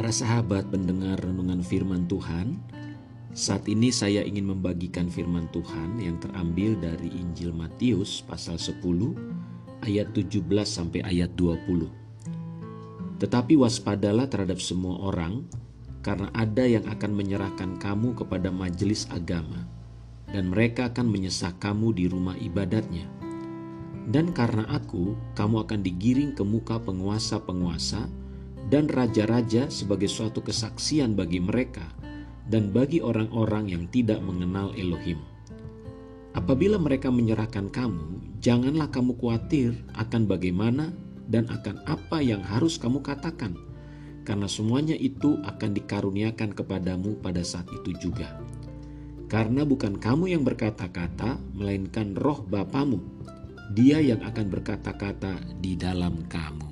Para sahabat pendengar renungan firman Tuhan, saat ini saya ingin membagikan firman Tuhan yang terambil dari Injil Matius pasal 10 ayat 17 sampai ayat 20. Tetapi waspadalah terhadap semua orang, karena ada yang akan menyerahkan kamu kepada majelis agama, dan mereka akan menyesah kamu di rumah ibadatnya. Dan karena aku, kamu akan digiring ke muka penguasa-penguasa dan raja-raja sebagai suatu kesaksian bagi mereka dan bagi orang-orang yang tidak mengenal Elohim. Apabila mereka menyerahkan kamu, janganlah kamu khawatir akan bagaimana dan akan apa yang harus kamu katakan, karena semuanya itu akan dikaruniakan kepadamu pada saat itu juga. Karena bukan kamu yang berkata-kata, melainkan Roh Bapamu, Dia yang akan berkata-kata di dalam kamu.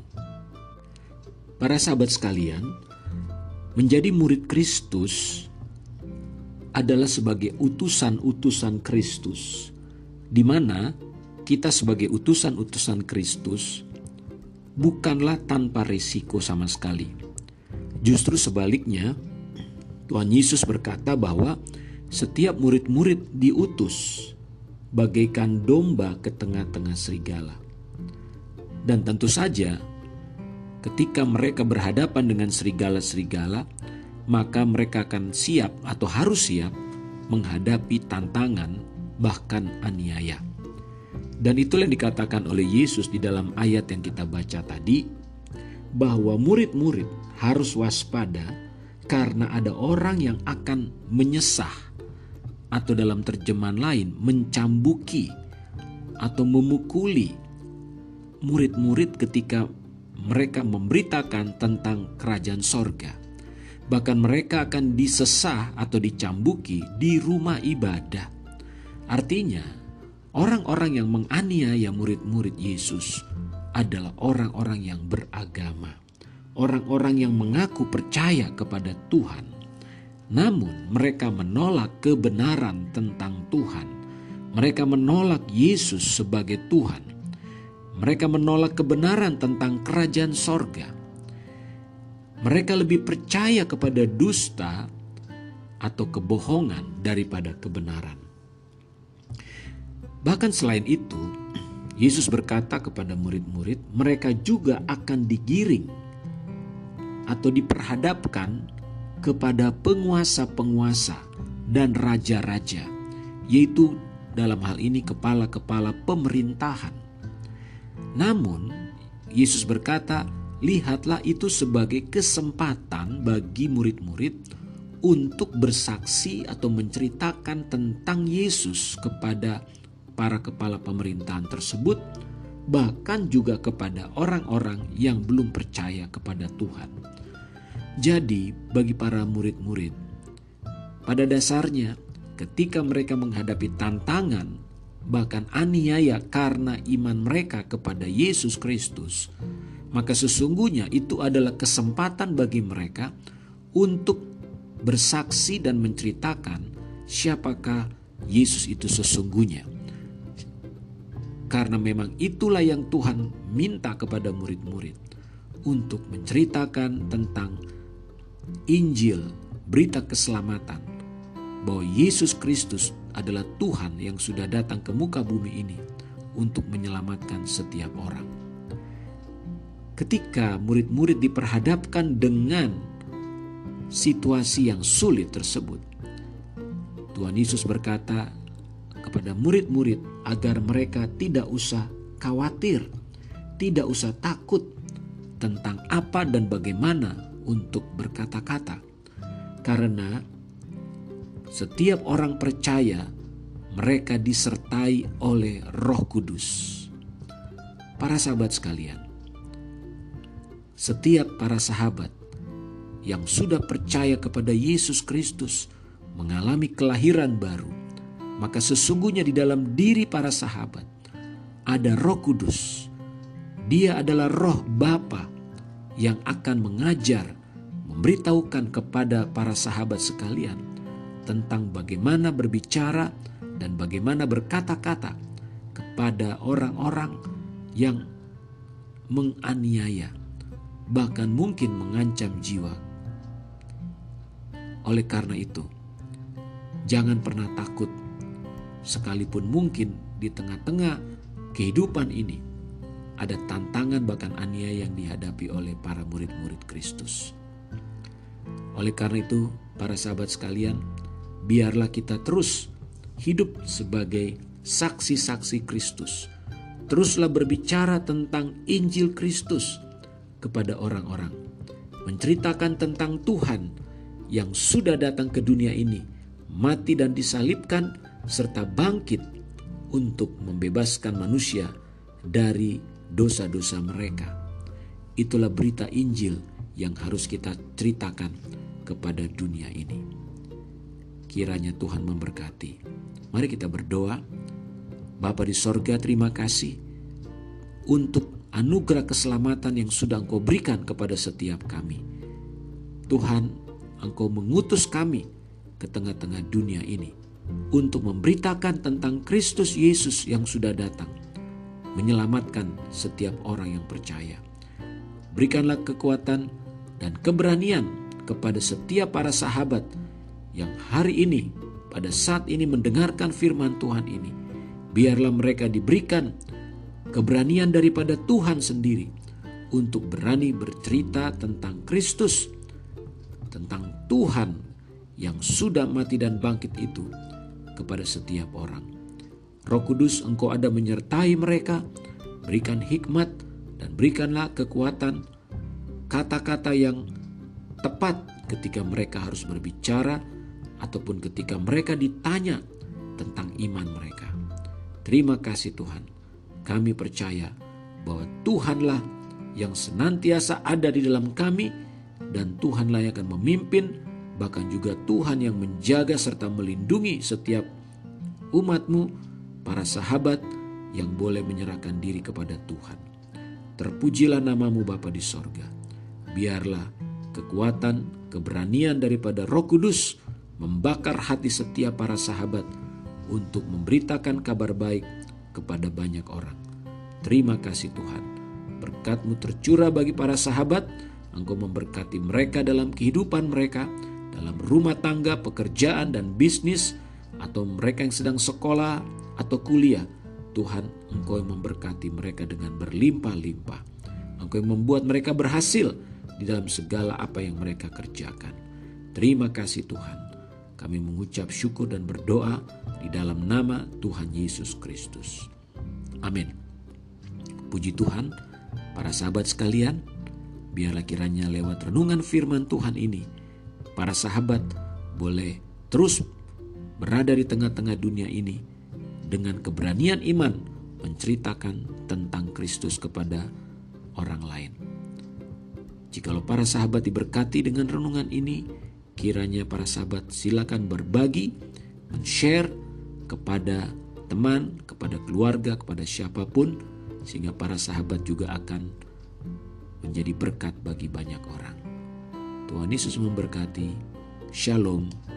Para sahabat sekalian, menjadi murid Kristus adalah sebagai utusan-utusan Kristus, di mana kita sebagai utusan-utusan Kristus bukanlah tanpa risiko sama sekali. Justru sebaliknya, Tuhan Yesus berkata bahwa setiap murid-murid diutus bagaikan domba ke tengah-tengah serigala. Dan tentu saja, ketika mereka berhadapan dengan serigala-serigala, maka mereka akan siap atau harus siap menghadapi tantangan, bahkan aniaya. Dan itulah yang dikatakan oleh Yesus di dalam ayat yang kita baca tadi, bahwa murid-murid harus waspada karena ada orang yang akan menyesah, atau dalam terjemahan lain mencambuki atau memukuli murid-murid ketika mereka memberitakan tentang kerajaan sorga. Bahkan mereka akan disesah atau dicambuki di rumah ibadah. Artinya, orang-orang yang menganiaya murid-murid Yesus adalah orang-orang yang beragama. Orang-orang yang mengaku percaya kepada Tuhan. Namun mereka menolak kebenaran tentang Tuhan. Mereka menolak Yesus sebagai Tuhan. Mereka menolak kebenaran tentang kerajaan sorga. Mereka lebih percaya kepada dusta atau kebohongan daripada kebenaran. Bahkan selain itu, Yesus berkata kepada murid-murid, mereka juga akan digiring atau diperhadapkan kepada penguasa-penguasa dan raja-raja, yaitu dalam hal ini kepala-kepala pemerintahan. Namun, Yesus berkata, lihatlah itu sebagai kesempatan bagi murid-murid untuk bersaksi atau menceritakan tentang Yesus kepada para kepala pemerintahan tersebut, bahkan juga kepada orang-orang yang belum percaya kepada Tuhan. Jadi, bagi para murid-murid, pada dasarnya ketika mereka menghadapi tantangan, bahkan aniaya karena iman mereka kepada Yesus Kristus, maka sesungguhnya itu adalah kesempatan bagi mereka untuk bersaksi dan menceritakan siapakah Yesus itu sesungguhnya. Karena memang itulah yang Tuhan minta kepada murid-murid, untuk menceritakan tentang Injil, berita keselamatan, bahwa Yesus Kristus adalah Tuhan yang sudah datang ke muka bumi ini untuk menyelamatkan setiap orang. Ketika murid-murid diperhadapkan dengan situasi yang sulit tersebut, Tuhan Yesus berkata kepada murid-murid agar mereka tidak usah khawatir, tidak usah takut tentang apa dan bagaimana untuk berkata-kata. Karena setiap orang percaya mereka disertai oleh Roh Kudus. Para sahabat sekalian, setiap para sahabat yang sudah percaya kepada Yesus Kristus mengalami kelahiran baru, maka sesungguhnya di dalam diri para sahabat ada Roh Kudus. Dia adalah Roh Bapa yang akan mengajar, memberitahukan kepada para sahabat sekalian tentang bagaimana berbicara dan bagaimana berkata-kata kepada orang-orang yang menganiaya, bahkan mungkin mengancam jiwa Oleh karena itu, jangan pernah takut, sekalipun mungkin di tengah-tengah kehidupan ini ada tantangan bahkan aniaya yang dihadapi oleh para murid-murid Kristus. Oleh karena itu, para sahabat sekalian, biarlah kita terus hidup sebagai saksi-saksi Kristus. Teruslah berbicara tentang Injil Kristus kepada orang-orang, menceritakan tentang Tuhan yang sudah datang ke dunia ini, mati dan disalibkan, serta bangkit untuk membebaskan manusia dari dosa-dosa mereka. Itulah berita Injil yang harus kita ceritakan kepada dunia ini. Kiranya Tuhan memberkati. Mari kita berdoa. Bapa di sorga, terima kasih untuk anugerah keselamatan yang sudah Engkau berikan kepada setiap kami. Tuhan, Engkau mengutus kami ke tengah-tengah dunia ini untuk memberitakan tentang Kristus Yesus yang sudah datang, menyelamatkan setiap orang yang percaya. Berikanlah kekuatan dan keberanian kepada setiap para sahabat yang hari ini, pada saat ini mendengarkan firman Tuhan ini. Biarlah mereka diberikan keberanian daripada Tuhan sendiri untuk berani bercerita tentang Kristus, tentang Tuhan yang sudah mati dan bangkit itu kepada setiap orang. Roh Kudus, Engkau ada menyertai mereka, berikan hikmat dan berikanlah kekuatan, kata-kata yang tepat ketika mereka harus berbicara ataupun ketika mereka ditanya tentang iman mereka. Terima kasih Tuhan, kami percaya bahwa Tuhanlah yang senantiasa ada di dalam kami dan Tuhanlah yang akan memimpin, bahkan juga Tuhan yang menjaga serta melindungi setiap umat-Mu, para sahabat yang boleh menyerahkan diri kepada Tuhan. Terpujilah nama-Mu Bapa di sorga. Biarlah kekuatan, keberanian daripada Roh Kudus membakar hati setiap para sahabat untuk memberitakan kabar baik kepada banyak orang. Terima kasih Tuhan. Berkat-Mu tercurah bagi para sahabat. Engkau memberkati mereka dalam kehidupan mereka, dalam rumah tangga, pekerjaan dan bisnis, atau mereka yang sedang sekolah atau kuliah. Tuhan, Engkau yang memberkati mereka dengan berlimpah-limpah. Engkau yang membuat mereka berhasil di dalam segala apa yang mereka kerjakan. Terima kasih Tuhan. Kami mengucap syukur dan berdoa di dalam nama Tuhan Yesus Kristus. Amin. Puji Tuhan, para sahabat sekalian, biarlah kiranya lewat renungan firman Tuhan ini, para sahabat boleh terus berada di tengah-tengah dunia ini dengan keberanian iman menceritakan tentang Kristus kepada orang lain. Jikalau para sahabat diberkati dengan renungan ini, kiranya para sahabat silakan berbagi, men-share kepada teman, kepada keluarga, kepada siapapun, sehingga para sahabat juga akan menjadi berkat bagi banyak orang. Tuhan Yesus memberkati. Shalom.